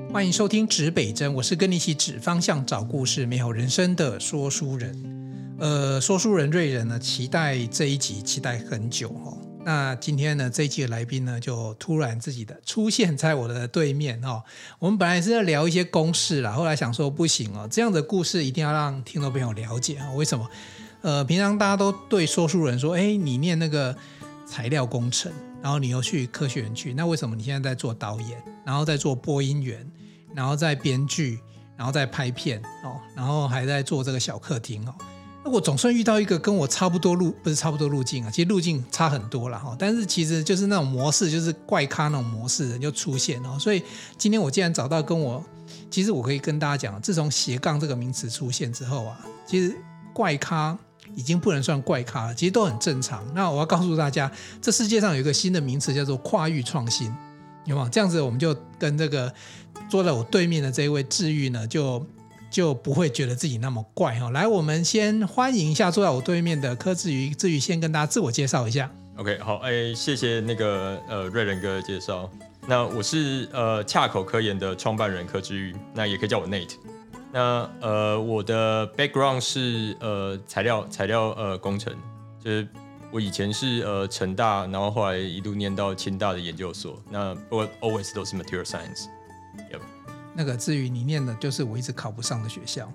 欢迎收听指北针，我是跟你一起指方向、找故事、美好人生的说书人。说书人瑞仁呢，期待这一集期待很久哦。那今天呢，这一集的来宾呢，就突然自己的出现在我的对面哦。我们本来是要聊一些公事啦，后来想说不行哦，这样的故事一定要让听众朋友了解啊。为什么？平常大家都对说书人说，哎，你念那个材料工程，然后你又去科学园区，那为什么你现在在做导演，然后在做播音员，然后在编剧，然后在拍片哦，然后还在做这个小客厅哦？那我总算遇到一个跟我差不多不是差不多路径啊，其实路径差很多啦哈，但是其实就是那种模式，就是怪咖那种模式人就出现哦。所以今天我既然找到跟我，其实我可以跟大家讲，自从斜杠这个名词出现之后啊，其实怪咖已经不能算怪咖了，其实都很正常。那我要告诉大家，这世界上有一个新的名词叫做跨域创新，有没有？这样子我们就跟这个坐在我对面的这一位治愈呢，就不会觉得自己那么怪哈。来，我们先欢迎一下坐在我对面的柯志瑜，志瑜先跟大家自我介绍一下。 OK， 好，谢谢那个瑞仁哥的介绍。那我是恰口科研的创办人柯志瑜，那也可以叫我 Nate。那我的 background 是材料工程，就是我以前是成大，然后后来一路念到清大的研究所。那不过 always 都是 material science。Yep。 那个至于你念的就是我一直考不上的学校。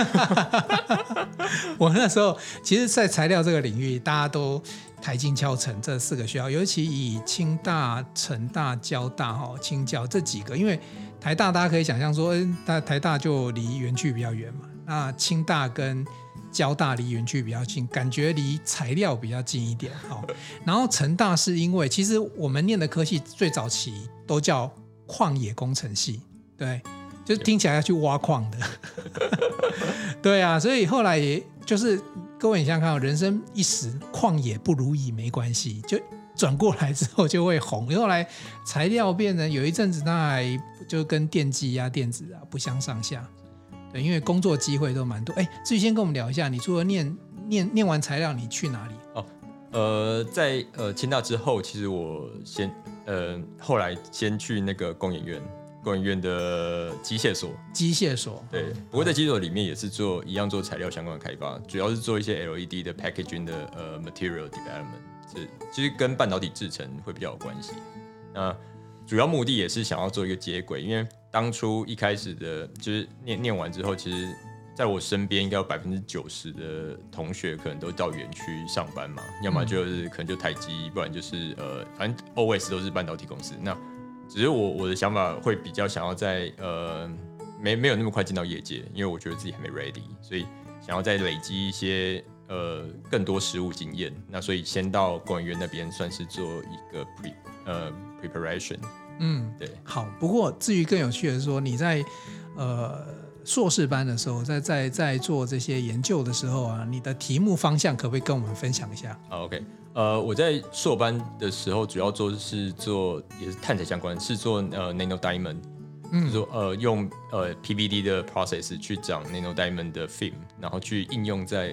我那时候其实在材料这个领域大家都台清交成这4个学校，尤其以清大、成大、交大、清交这几个，因为台大大家可以想象说台大就离园区比较远嘛，那清大跟交大离园区比较近，感觉离材料比较近一点。然后成大是因为其实我们念的科系最早期都叫矿野工程系，对，就是听起来要去挖矿的。对啊，所以后来也就是各位你想想看，人生一时旷野不如意没关系，就转过来之后就会红。后来材料变成有一阵子它还就跟电机啊电子啊不相上下，对，因为工作机会都蛮多。至于先跟我们聊一下，你除了念完材料你去哪里？ 在清大之后，其实我后来先去那个工研院的机械所，对。不过在机械所里面也是一样做材料相关的开发，主要是做一些 LED 的 packaging 的material development， 其实跟半导体制程会比较有关系。那主要目的也是想要做一个接轨，因为当初一开始的就是念完之后，其实在我身边应该有90%的同学可能都到园区上班嘛，要么就是可能就台积，不然就是反正 always 都是半导体公司。那只是我的想法会比较想要在没有那么快进到业界，因为我觉得自己还没 ready， 所以想要再累积一些更多实务经验。那所以先到工研院那边算是做一个preparation。对。 好，不过至于更有趣的是说，你在硕士班的时候，在做这些研究的时候啊，你的题目方向可不可以跟我们分享一下 ？OK。我在硕班的时候主要是做也是碳材相关，是做nano diamond， 就是说用PVD 的 process 去长 nano diamond 的 film， 然后去应用在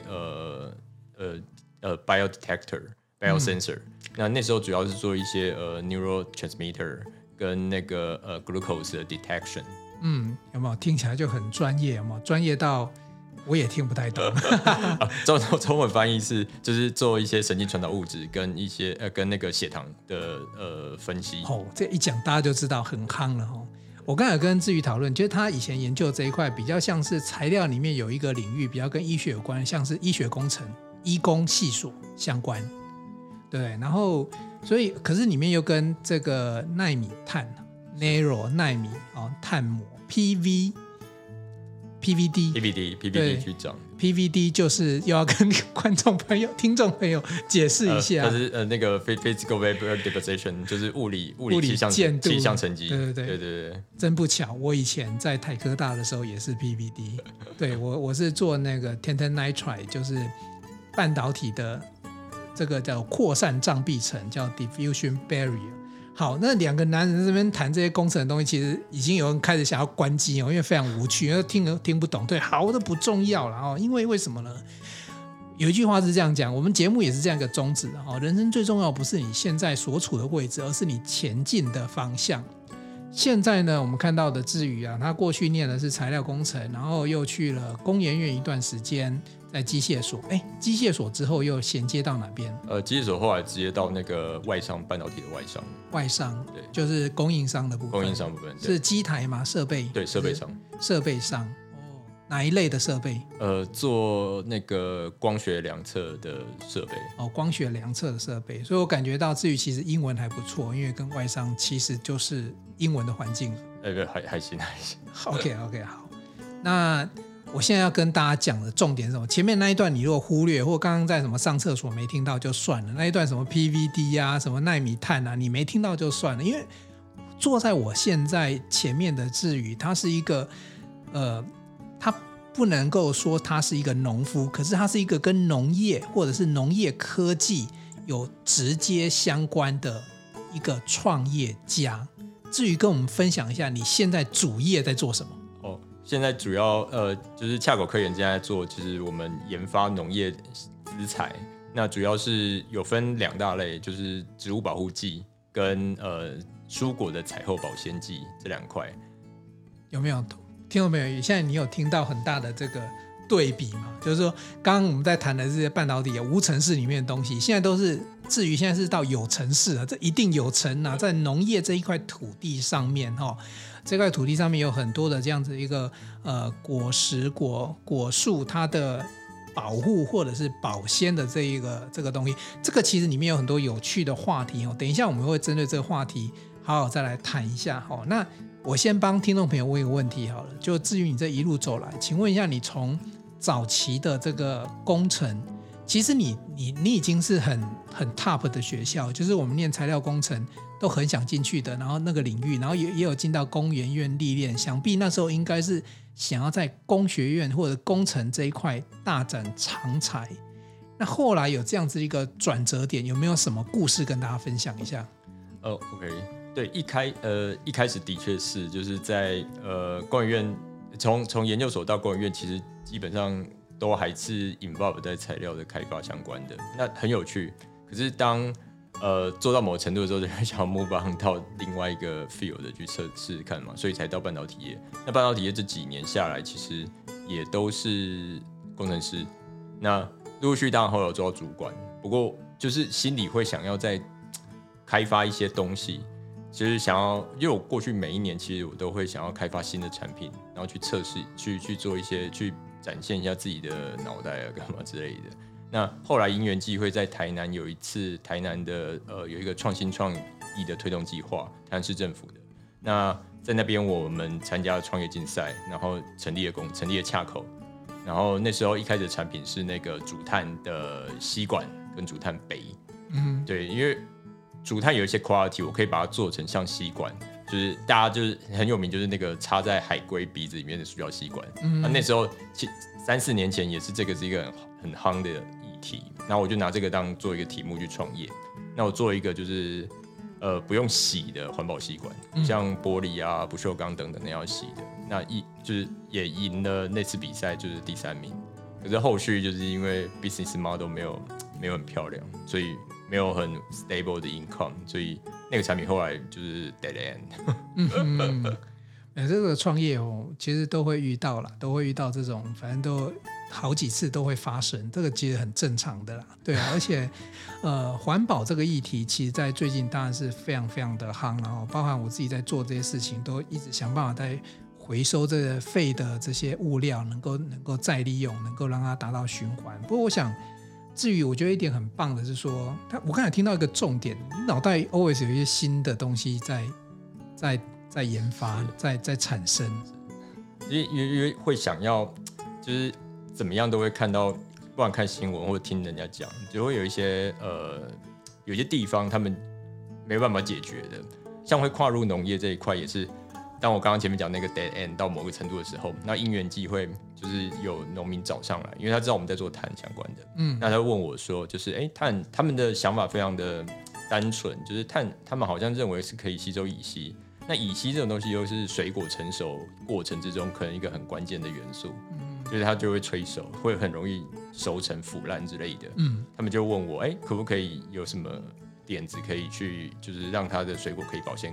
bio detector、bio sensor。那时候主要是做一些neurotransmitter 跟那个glucose 的 detection。 有没有听起来就很专业？有没有专业到我也听不太懂？ 中文翻译就是做一些神经传导物质跟一些跟那个血糖的分析。 这一讲大家就知道很夯了。我刚才有跟志宇讨论，就是他以前研究这一块比较像是材料里面有一个领域比较跟医学有关，像是医学工程、医工系所相关。对，然后所以可是里面又跟这个奈米碳 nano 奈米碳膜 PVD 去长 PVD 就是又要跟观众朋友、听众朋友解释一下， 它是那个 physical vapor deposition， 就是物理气象沉积。对， 真不巧，我以前在台科大的时候也是 PVD。对，我是做那个 titanium nitride， 就是半导体的这个叫扩散障壁层，叫 diffusion barrier。好，那两个男人在这边谈这些工程的东西，其实已经有人开始想要关机因为非常无趣，因为听不懂。对，好的不重要了因为什么呢？有一句话是这样讲，我们节目也是这样一个宗旨人生最重要不是你现在所处的位置，而是你前进的方向。 现在呢，我们看到的志宇啊，他过去念的是材料工程，然后又去了工研院一段时间，在机械所。机械所之后又衔接到哪边？ 机械所后来直接到那个外商半导体的外商， 对， 就是供应商的部分。 供应商部分是机台吗？设备？ 对，设备商。 设备商。哪一类的设备？ 做那个光学量测的设备。 光学量测的设备，所以我感觉到志宇其实英文还不错，因为跟外商其实就是英文的环境。 还行。 OK， 好。那我现在要跟大家讲的重点是什么？前面那一段你如果忽略，或刚刚在什么上厕所没听到就算了，那一段什么 PVD 啊，什么奈米碳啊，你没听到就算了，因为坐在我现在前面的志宇，他是一个他不能够说他是一个农夫，可是他是一个跟农业或者是农业科技有直接相关的一个创业家。至于跟我们分享一下你现在主业在做什么？ 现在主要就是洽口科研现在做，就是我们研发农业资材，那主要是有分2大类，就是植物保护剂跟蔬果的采后保鲜剂这2块。 有没有听到没有？现在你有听到很大的这个对比吗？就是说，刚刚我们在谈的这些半导体无尘室里面的东西，现在都是至于现在是到有尘室了，这一定有尘啊，在农业这一块土地上面这块土地上面有很多的这样子一个果实果树它的保护或者是保鲜的这个东西，这个其实里面有很多有趣的话题等一下我们会针对这个话题好好再来谈一下那我先帮听众朋友问一个问题好了，就至于你这一路走来，请问一下，你从早期的这个工程，其实你已经是很 top 的学校，就是我们念材料工程都很想进去的，然后那个领域，然后也有进到工研院历练，想必那时候应该是想要在工学院或者工程这一块大展长才。那后来有这样子一个转折点，有没有什么故事跟大家分享一下 ？OK， 对，一开始的确是就是在工研院，从研究所到工研院，其实基本上都还是 involve 在材料的开发相关的，那很有趣。可是当做到某个程度的时候，就会想要 move on 到另外一个 field 的去试试看嘛，所以才到半导体业。那半导体业这几年下来，其实也都是工程师。那陆续当然后有做到主管，不过就是心里会想要再开发一些东西，就是想要，因为我过去每一年其实我都会想要开发新的产品，然后去测试，去做一些，去展现一下自己的脑袋啊，干嘛之类的。那后来因缘际会，在台南有一次，台南的有一个创新创意的推动计划，台南市政府的。那在那边我们参加了创业竞赛，然后成立了洽口，然后那时候一开始的产品是那个竹炭的吸管跟竹炭杯。对，因为竹炭有一些 quality， 我可以把它做成像吸管，就是大家就是很有名，就是那个插在海龟鼻子里面的塑胶吸管。那时候3-4年前也是这个是一个很夯的议题，然后我就拿这个当做一个题目去创业。那我做一个就是不用洗的环保吸管，像玻璃啊、不锈钢等等那要洗的。那就是也赢了那次比赛，就是第3名。可是后续就是因为 business model 没有很漂亮，所以没有很 stable 的 income， 所以那个产品后来就是 dead end。 这个创业其实都会遇到啦，都会遇到这种，反正都好几次都会发生，这个其实很正常的啦。对啊，而且环保这个议题，其实在最近当然是非常非常的夯，然后包含我自己在做这些事情，都一直想办法在回收这个废的这些物料，能够再利用，能够让它达到循环。不过我想，至于我觉得一点很棒的是说，我刚才听到一个重点，你脑袋 always 有一些新的东西在研发，在产生， 因为会想要，就是怎么样都会看到，不管看新闻或者听人家讲，就会有一些地方他们没办法解决的，像会跨入农业这一块也是。当我刚刚前面讲那个 dead end 到某个程度的时候，那因缘际会就是有农民找上来，因为他知道我们在做碳相关的，那他问我说，就是碳他们的想法非常的单纯，就是碳他们好像认为是可以吸收乙烯。那乙烯这种东西又是水果成熟过程之中可能一个很关键的元素，就是它就会催熟，会很容易熟成腐烂之类的。他们就问我，可不可以有什么点子可以去，就是让它的水果可以保鲜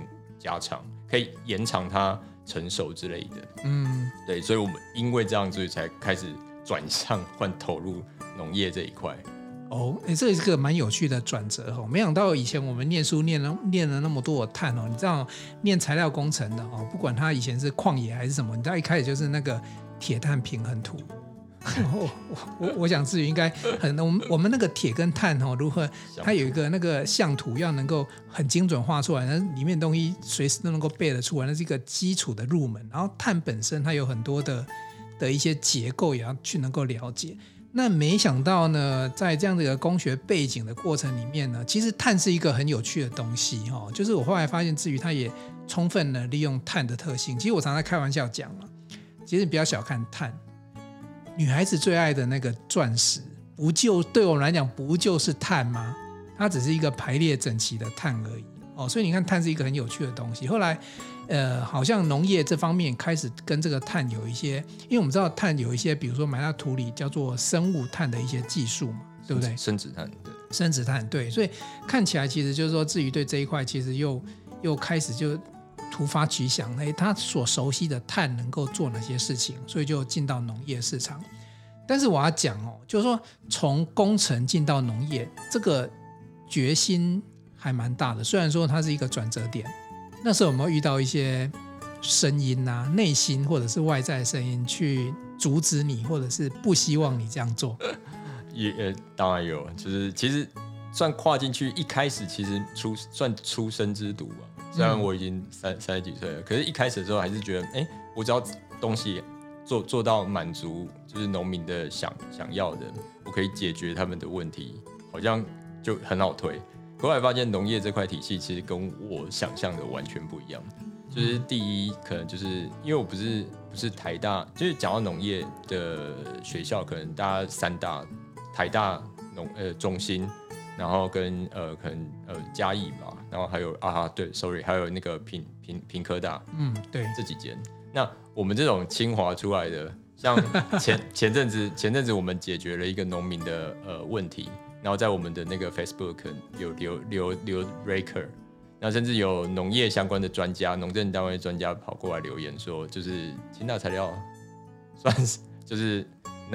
加长，可以延长它成熟之类的。对，所以我们因为这样，所以才开始转向投入农业这一块。 这也是个蛮有趣的转折没想到以前我们念书念了那么多的碳你知道念材料工程的不管它以前是矿野还是什么，你知道一开始就是那个铁碳平衡图。我想至于应该我们那个铁跟碳如何，它有一个那个像图要能够很精准画出来，那里面的东西随时都能够背得出来，那是一个基础的入门。然后碳本身它有很多的一些结构也要去能够了解。那没想到呢，在这样的一个工学背景的过程里面呢，其实碳是一个很有趣的东西就是我后来发现至于它也充分的利用碳的特性。其实我常常开玩笑讲其实你不要小看碳，女孩子最爱的那个钻石对我们来讲不就是碳吗？它只是一个排列整齐的碳而已所以你看碳是一个很有趣的东西。后来好像农业这方面开始跟这个碳有一些，因为我们知道碳有一些比如说埋到土里叫做生物碳的一些技术嘛，对不对？ 生质碳，对， 生质碳，对。所以看起来其实就是说至于对这一块其实又开始就突发奇想，他所熟悉的碳能够做哪些事情，所以就进到农业市场。但是我要讲就是说从工程进到农业这个决心还蛮大的，虽然说它是一个转折点。那时候有没有遇到一些声音内心或者是外在声音去阻止你，或者是不希望你这样做？ 也当然有，就是其实算跨进去，一开始其实算出生之犊吧。虽然我已经30几岁了，可是一开始的时候还是觉得，我只要东西做到满足，就是农民的想要的，我可以解决他们的问题，好像就很好推。后来发现农业这块体系其实跟我想象的完全不一样。就是第一，可能就是因为我不是台大，就是讲到农业的学校，可能大家3大，台大中心，然后跟可能嘉义吧，然后还有对 ，sorry， 还有那个屏科大， 对， 这几间。那我们这种清华出来的，像前阵子我们解决了一个农民的问题。然后在我们的那个 Facebook 有留 Raker， 然后甚至有农业相关的专家、农政单位专家跑过来留言说，就是清大材料算是就是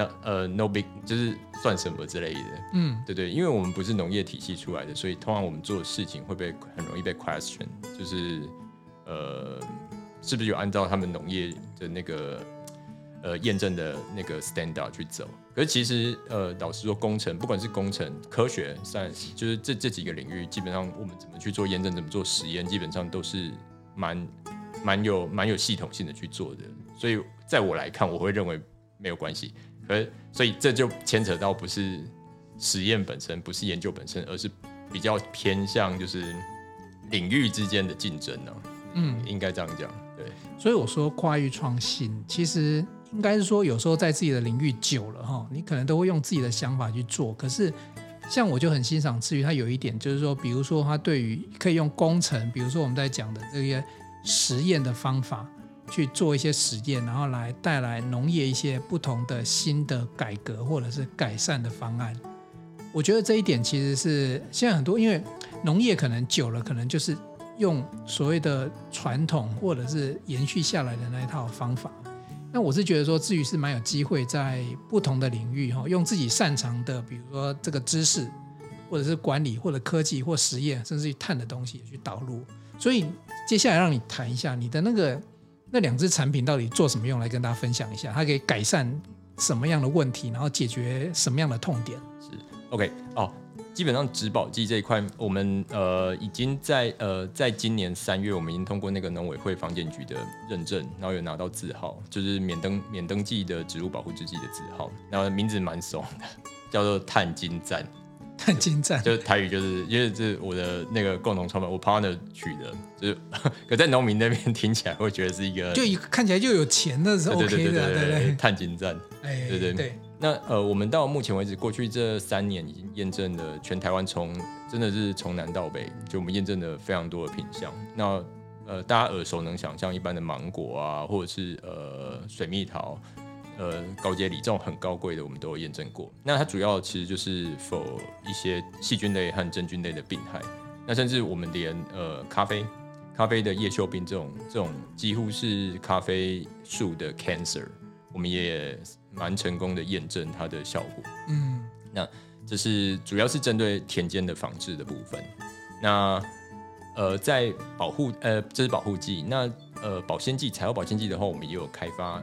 no big， 就是算什么之类的。对，因为我们不是农业体系出来的，所以通常我们做的事情会很容易被 question， 就是是不是有按照他们农业的那个验证的那个 standard 去走。可是其实老实说，工程不管是工程、科学、science， 就是这几个领域，基本上我们怎么去做验证、怎么做实验，基本上都是蛮有系统性的去做的。所以在我来看，我会认为没有关系。所以这就牵扯到不是实验本身，不是研究本身，而是比较偏向就是领域之间的竞争应该这样讲。对， 所以我说跨域创新，其实应该是说有时候在自己的领域久了你可能都会用自己的想法去做。可是像我就很欣赏至于他有一点，就是说比如说他对于可以用工程，比如说我们在讲的这些实验的方法去做一些实验，然后来带来农业一些不同的新的改革或者是改善的方案。我觉得这一点其实是现在很多，因为农业可能久了，可能就是用所谓的传统或者是延续下来的那一套方法。那我是觉得说，至于是蛮有机会在不同的领域用自己擅长的，比如说这个知识，或者是管理，或者科技，或实验，甚至于碳的东西去导入。所以接下来让你谈一下你的那2支产品到底做什么用，来跟大家分享一下，它可以改善什么样的问题，然后解决什么样的痛点。 是 OK 基本上植保剂这一块，我们已经在今年3月，我们已经通过那个农委会防检局的认证，然后有拿到字号，就是免登记的植物保护制剂的字号，然后名字蛮怂的，叫做碳金赞。 碳金赞就是台语，就是因为这是我的那个共同创办，我 partner 取的，就是可在农民那边听起来会觉得是一个， 就看起来就有钱的是 OK 的，对， 碳金赞，对。那我们到目前为止，过去这3年已经验证了全台湾真的是从南到北，就我们验证了非常多的品项。那大家耳熟能详，像一般的芒果啊，或者是水蜜桃，高阶梨这种很高贵的，我们都有验证过。那它主要其实就是否一些细菌类和真菌类的病害。那甚至我们连咖啡咖啡的叶锈病这种几乎是咖啡树的 cancer， 我们也蛮成功的验证它的效果。那这是主要是针对田间的防治的部分。那在保护这是保护剂。那保鲜剂采后保鲜剂的话，我们也有开发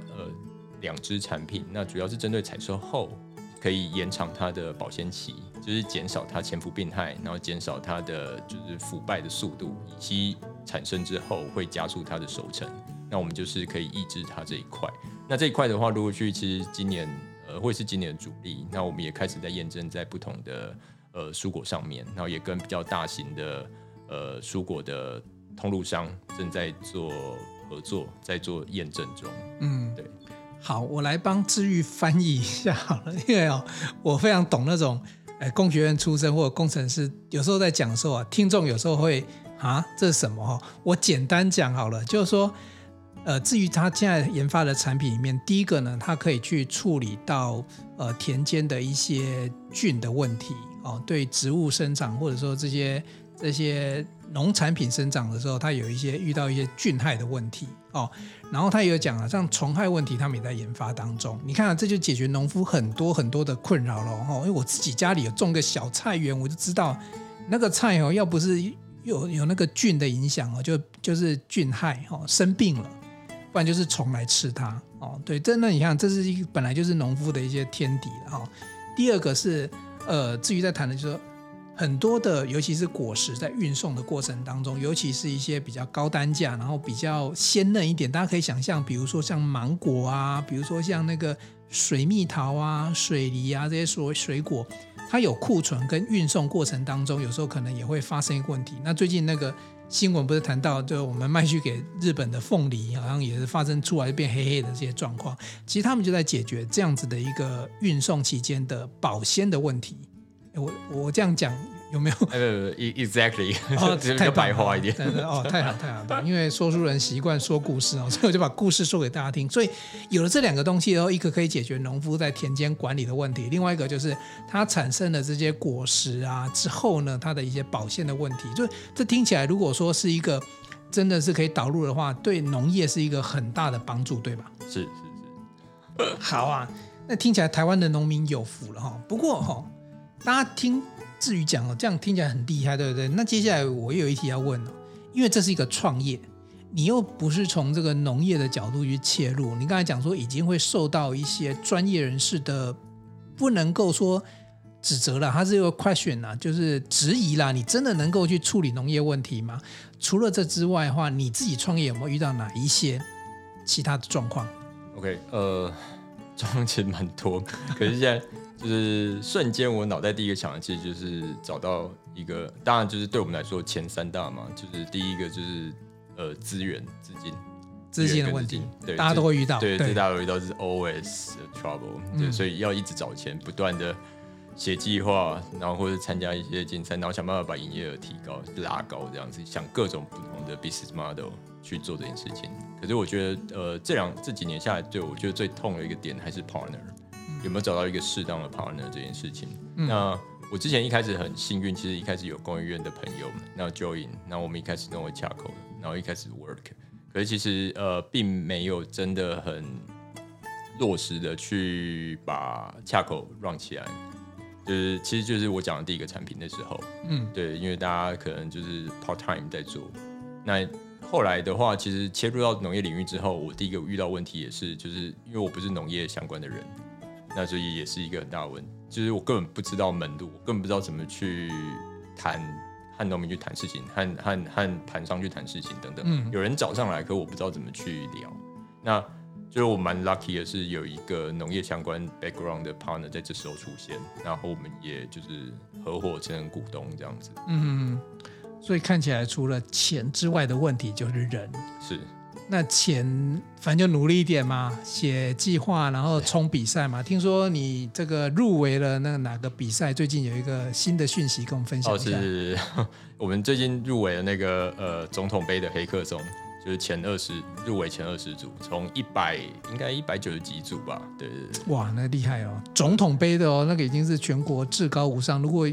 2支产品。那主要是针对采收后可以延长它的保鲜期，就是减少它潜伏病害，然后减少它的就是腐败的速度，以及产生之后会加速它的熟成。那我们就是可以抑制它这一块。那这一块的话，陆陆续其实今年会是今年的主力。那我们也开始在验证在不同的蔬果上面，然后也跟比较大型的蔬果的通路商正在做合作，在做验证中。对。 好，我来帮志玉翻译一下好了，因为我非常懂那种工学院出身或者工程师，有时候在讲的时候听众有时候会这是什么我简单讲好了，就是说至于他现在研发的产品里面，第一个呢，它可以去处理到田间的一些菌的问题对植物生长或者说这些农产品生长的时候，它有遇到一些菌害的问题然后他也有讲了，像虫害问题他们也在研发当中。你看这就解决农夫很多很多的困扰了因为我自己家里有种个小菜园，我就知道那个菜要不是有那个菌的影响就是菌害生病了，不然就是虫来吃它对，那你看这是本来就是农夫的一些天敌了第二个是至于在谈的就是说很多的尤其是果实在运送的过程当中，尤其是一些比较高单价然后比较鲜嫩一点，大家可以想象比如说像芒果啊，比如说像那个水蜜桃啊、水梨啊，这些水果它有库存跟运送过程当中有时候可能也会发生一个问题。那最近那个新闻不是谈到就我们卖去给日本的凤梨好像也是发生出来变黑黑的这些状况，其实他们就在解决这样子的一个运送期间的保鲜的问题。我这样讲有没有 ？Exactly， 比较白话一点。 太好，因为说书人习惯说故事所以我就把故事说给大家听。所以有了这2个东西一个可以解决农夫在田间管理的问题，另外一个就是它产生了这些果实啊之后呢，它的一些保鲜的问题。就这听起来，如果说是一个真的是可以导入的话，对农业是一个很大的帮助，对吧？ 是。 好啊，那听起来台湾的农民有福了不过大家听至于讲这样听起来很厉害，对不对？那接下来我有一题要问因为这是一个创业，你又不是从这个农业的角度去切入，你刚才讲说已经会受到一些专业人士的不能够说指责了，它是一个 question 就是质疑啦，你真的能够去处理农业问题吗？除了这之外的话，你自己创业有没有遇到哪一些其他的状况？ OK， 状况其实蛮多，可是现在就是瞬间我脑袋第一个想的其实就是找到一个，当然就是对我们来说前3大嘛，就是第一个就是资金的问题，对， 大家都会遇到， 对，大家都会遇到，是 always a trouble，对，所以要一直找钱，不断的写计划，然后或者参加一些竞赛，然后想办法把营业额提高、拉高，这样子，想各种不同的 business model 去做这件事情。可是我觉得这几年下来，对我觉得最痛的一个点还是 partner。有没有找到一个适当的 partner 这件事情？那我之前一开始很幸运，其实一开始有工研院的朋友们，那 join， 那我们一开始弄为洽口，然后一开始 work， 可是其实并没有真的很落实的去把洽口 run 起来，其实就是我讲的第一个产品的时候，对，因为大家可能就是 part time 在做，那后来的话，其实切入到农业领域之后，我第一个遇到问题也是，就是因为我不是农业相关的人。那所以也是一个很大的问题，就是我根本不知道门路，我根本不知道怎么去和农民去谈事情，和盘商去谈事情等等。有人找上来，可我不知道怎么去聊。那就是我蛮 lucky 的是有一个农业相关 background 的 partner 在这时候出现，然后我们也就是合伙成为股东这样子。 所以看起来除了钱之外的问题就是人。 是。 那钱反正就努力一点嘛，写计划然后冲比赛嘛。听说你这个入围了那哪个比赛，最近有一个新的讯息跟我们分享一下。 是我们最近入围了那个总统杯的黑客松，就是入围前20组，从应该190几组吧。对。 哇，那厉害哦！总统杯的那个已经是全国至高无上。如果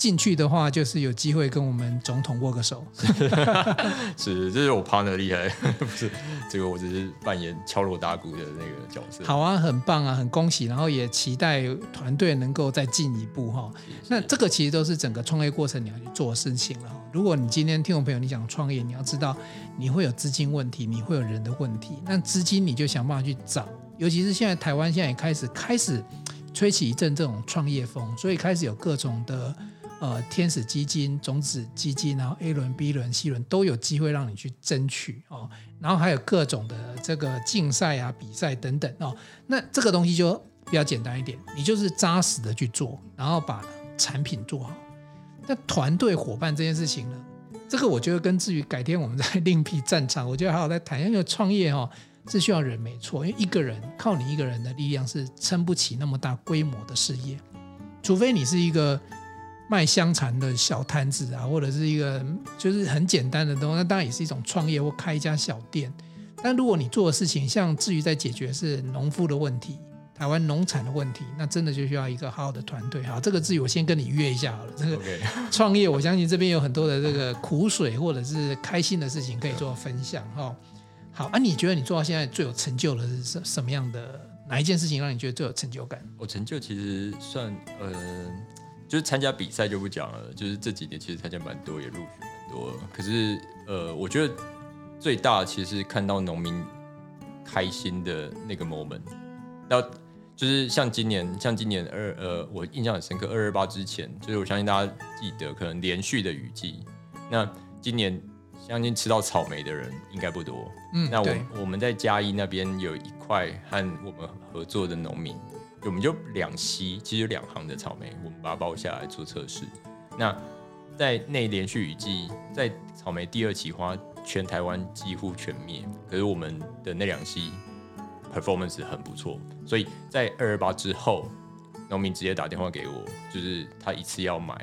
进去的话，就是有机会跟我们总统握个手。 是，这是我 partner 厉害，不是这个，我只是扮演敲锣打鼓的那个角色。 好啊，很棒啊，很恭喜，然后也期待团队能够再进一步哈。那这个其实都是整个创业过程你要去做的事情了。如果你今天听众朋友你想创业，你要知道你会有资金问题，你会有人的问题，那资金你就想办法去找，尤其是现在台湾现在也开始吹起一阵这种创业风，所以开始有各种的天使基金、种子基金，然后 A 轮、B 轮、C 轮都有机会让你去争取哦。然后还有各种的这个竞赛啊、比赛等等哦。那这个东西就比较简单一点，你就是扎实的去做，然后把产品做好。那团队伙伴这件事情呢，这个我觉得跟至于改天我们再另辟战场，我觉得好好再谈。因为创业是需要人没错，因为一个人靠你一个人的力量是撑不起那么大规模的事业，除非你是一个卖香肠的小摊子啊，或者是一个就是很简单的东西，那当然也是一种创业或开一家小店。但如果你做的事情像至于在解决是农夫的问题、台湾农产的问题，那真的就需要一个好好的团队。好，这个至于我先跟你约一下好了。这个创业，我相信这边有很多的这个苦水或者是开心的事情可以做分享哈。好啊，你觉得你做到现在最有成就的是什么样的？哪一件事情让你觉得最有成就感？ 我成就其实算就是参加比赛就不讲了，就是这几年其实参加蛮多，也录取蛮多。可是我觉得最大的其实是看到农民开心的那个 moment。那就是像今年我印象很深刻，228之前，就是我相信大家记得，可能连续的雨季。那今年相信吃到草莓的人应该不多。那我们在嘉义那边有一块和我们合作的农民。我们就2溪，其实有2行的草莓，我们把它包下来做测试。那在那连续雨季，在草莓第2期花，全台湾几乎全灭。可是我们的那2溪 performance 很不错，所以在228之后，农民直接打电话给我，就是他一次要买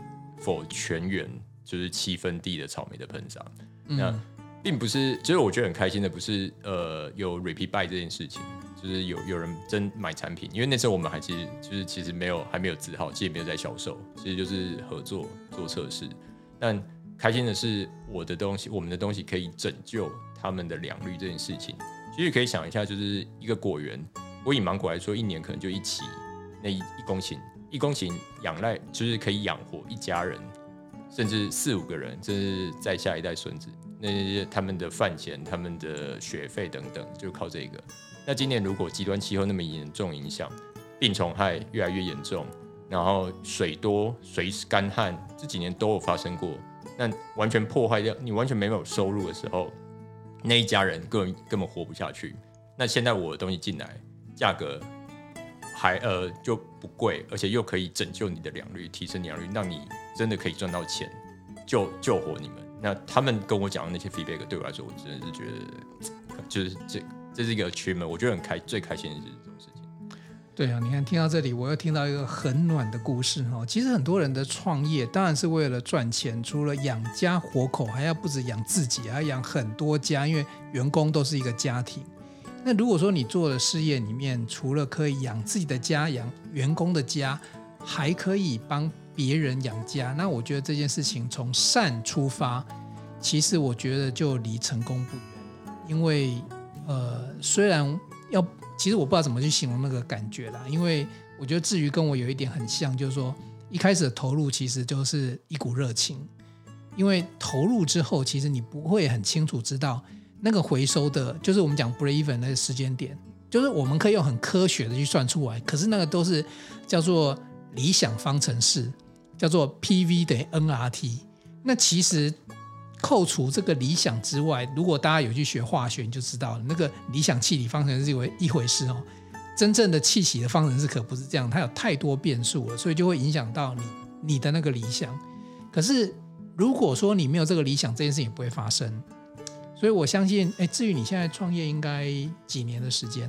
for 全园就是7分地的草莓的喷砂。那并不是，就是我觉得很开心的，不是有 repeat buy 这件事情。就是有人真买产品，因为那时候我们其实还没有字号，其实也没有在销售，其实就是合作做测试。但开心的是，我们的东西可以拯救他们的良率这件事情。其实可以想一下，就是一个果园，我以芒果来说，1年可能就1期，那1公顷养赖就是可以养活一家人，甚至4-5个人，甚至在下一代孙子，那些他们的饭钱、他们的学费等等，就靠这个。那今年如果极端气候那么严重影响，病虫害越来越严重，然后水多、水干旱，这几年都有发生过，那完全破坏掉，你完全没有收入的时候，那一家人根本活不下去。那现在我的东西进来，价格还就不贵，而且又可以拯救你的良率，提升良率，让你真的可以赚到钱，救活你们。那他们跟我讲的那些 feedback 对我来说，我真的是觉得就是这是一个 achievement， 我觉得最开心的就是这种事情。 对啊，你看听到这里，我又听到一个很暖的故事哈。其实很多人的创业当然是为了赚钱，除了养家活口，还要不止养自己，还要养很多家，因为员工都是一个家庭。那如果说你做的事业里面，除了可以养自己的家、养员工的家，还可以帮别人养家，那我觉得这件事情从善出发，其实我觉得就离成功不远了。因为虽然其实我不知道怎么去形容那个感觉啦，因为我觉得至于跟我有一点很像，就是说一开始的投入其实就是一股热情，因为投入之后，其实你不会很清楚知道那个回收的，就是我们讲 break even 的时间点，就是我们可以用很科学的去算出来，可是那个都是叫做理想方程式，叫做 PV 等于 nRT。那其实扣除这个理想之外，如果大家有去学化学，你就知道了，那个理想气体方程式是一回事哦。真正的气体的方程式可不是这样，它有太多变数了，所以就会影响到你的那个理想。可是如果说你没有这个理想，这件事情也不会发生。所以我相信，至于你现在创业应该几年的时间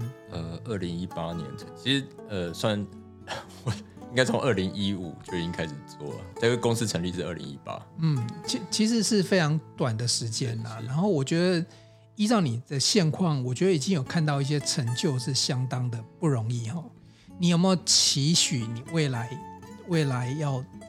？2018年，其实算我应该从2015就已经开始做了，这个公司成立是2018。 其实是非常短的时间啦。然后我觉得依照你的现况，我觉得已经有看到一些成就，是相当的不容易。你有没有期许你未来要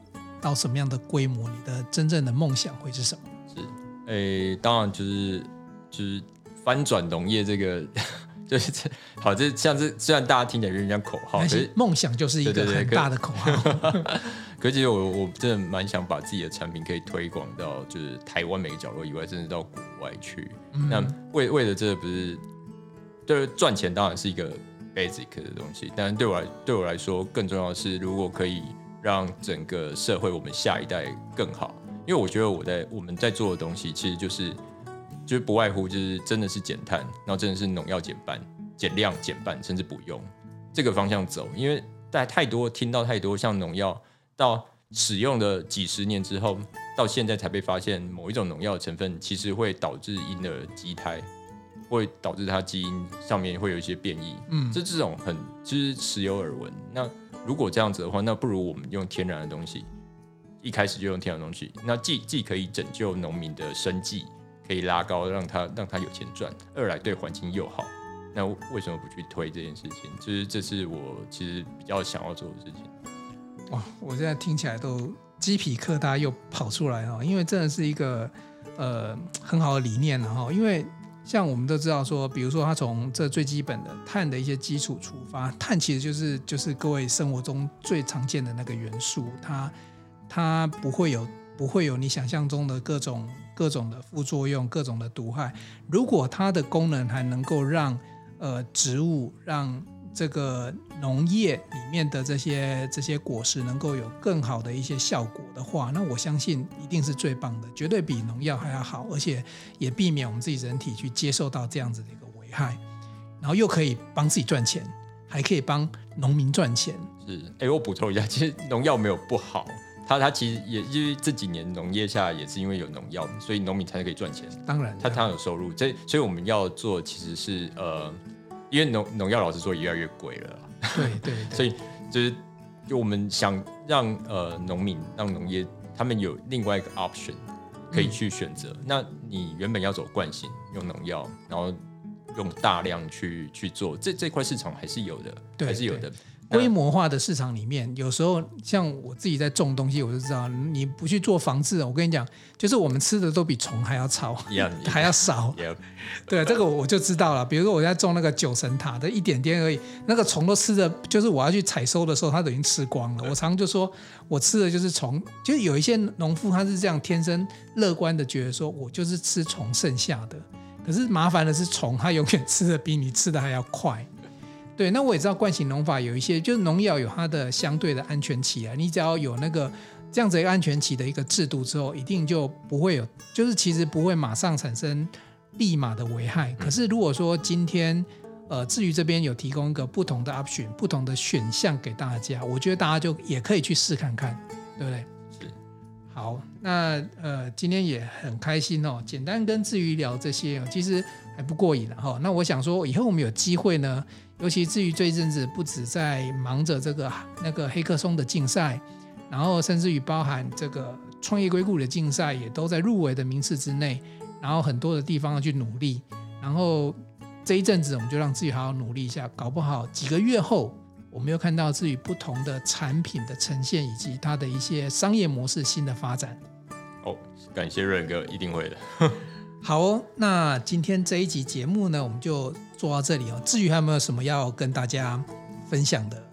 到什么样的规模，你的真正的梦想会是什么？ 是，当然就是翻转农业这个。就是好，这像是虽然大家听起来有点像口号，可是梦想就是一个很大的口号。 可是其实我真的蛮想把自己的产品可以推广到就是台湾每个角落以外，甚至到国外去。那为了这不是就是赚钱当然是一个 basic 的东西，但对我来说更重要的是，如果可以让整个社会我们下一代更好，因为我觉得我们在做的东西其实就是不外乎就是真的是减碳，然后真的是农药减半、减量减半，甚至不用这个方向走。因为大家听到太多像农药到使用的几十年之后，到现在才被发现某一种农药的成分其实会导致婴儿畸胎，会导致它基因上面会有一些变异。这种就是时有耳闻。那如果这样子的话，那不如我们用天然的东西，一开始就用天然的东西，那既可以拯救农民的生计，可以拉高，让他有钱赚；二来对环境又好，那为什么不去推这件事情？就是这是我其实比较想要做的事情。 哇，我现在听起来都鸡皮疙瘩又跑出来了，因为真的是一个很好的理念了。因为像我们都知道说，比如说他从这最基本的碳的一些基础出发，碳其实就是各位生活中最常见的那个元素，它不会有你想象中的各种的副作用，各种的毒害。如果它的功能还能够让植物，让这个农业里面的这些果实能够有更好的一些效果的话，那我相信一定是最棒的，绝对比农药还要好，而且也避免我们自己人体去接受到这样子的一个危害，然后又可以帮自己赚钱，还可以帮农民赚钱。 是，我补充一下，其实农药没有不好。它其实也因为这几年农业下来也是因为有农药，所以农民才可以赚钱。 当然， 他有收入，所以我们要做其实是因为农药老实说也越来越贵了。 对， 所以就我们想让农民让农业他们有另外一个 option 可以去选择。那你原本要走惯性用农药，然后用大量去做这块市场还是有的，还是有的。 规模化的市场里面，有时候像我自己在种东西，我就知道你不去做防治，我跟你讲，就是我们吃的都比虫还要糙，还要少。对，这个我就知道了。比如说我在种那个9层塔的一点点而已，那个虫都吃的，就是我要去采收的时候，它都已经吃光了。我常常就说我吃的就是虫，就有一些农夫他是这样天生乐观的觉得说我就是吃虫剩下的，可是麻烦的是虫，它永远吃的比你吃的还要快。对，那我也知道惯性农法有一些，就是农药有它的相对的安全期啊。你只要有那个这样子一个安全期的一个制度之后，一定就不会有，就是其实不会马上产生立马的危害。可是如果说今天至于这边有提供一个不同的 option， 不同的选项给大家，我觉得大家就也可以去试看看，对不对？ 是。 好，那今天也很开心哦，简单跟至于聊这些其实还不过瘾了那我想说，以后我们有机会呢。尤其至于这一阵子不止在忙着那个黑客松的竞赛，然后甚至于包含这个创业硅谷的竞赛也都在入围的名次之内，然后很多的地方要去努力，然后这一阵子我们就让志宇好好努力一下，搞不好几个月后我们又看到志宇不同的产品的呈现以及它的一些商业模式新的发展。 感谢润哥，一定会的。 好那今天这一集节目呢，我们就做到这里至于还有没有什么要跟大家分享的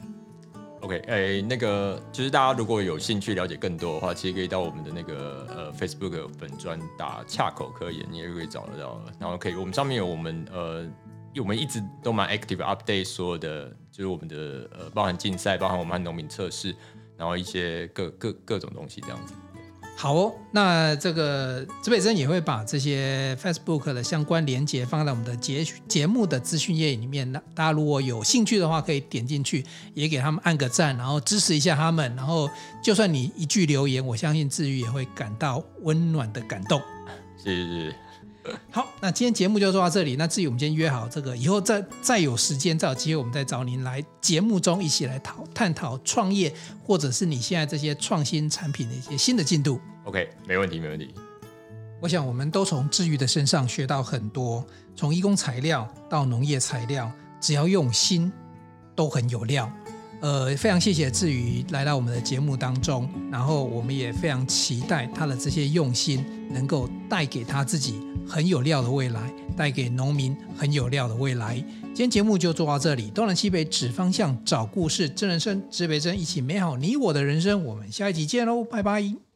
？OK， 那个就是大家如果有兴趣了解更多的话，其实可以到我们的那个Facebook 粉专打洽口科研，你也可以找得到。然后我们上面有我们一直都蛮 active update 所有的，就是我们的包含竞赛，包含我们和农民测试，然后一些各种东西这样子。 好那这个指北针也会把这些 Facebook 的相关连结放在我们的节目的资讯页里面，大家如果有兴趣的话可以点进去，也给他们按个赞，然后支持一下他们，然后就算你一句留言，我相信志宇也会感到温暖的感动。 是。 好，那今天节目就做到这里。那至于我们今天约好这个以后再有时间再有机会，我们再找您来节目中一起来探讨创业或者是你现在这些创新产品的一些新的进度。 OK， 没问题。 我想我们都从志宇的身上学到很多，从医工材料到农业材料，只要用心都很有料。 非常谢谢志瑜来到我们的节目当中，然后我们也非常期待他的这些用心能够带给他自己很有料的未来，带给农民很有料的未来。今天节目就做到这里，东南西北指方向，找故事，真人生，指北针，一起美好你我的人生。我们下一集见喽，拜拜。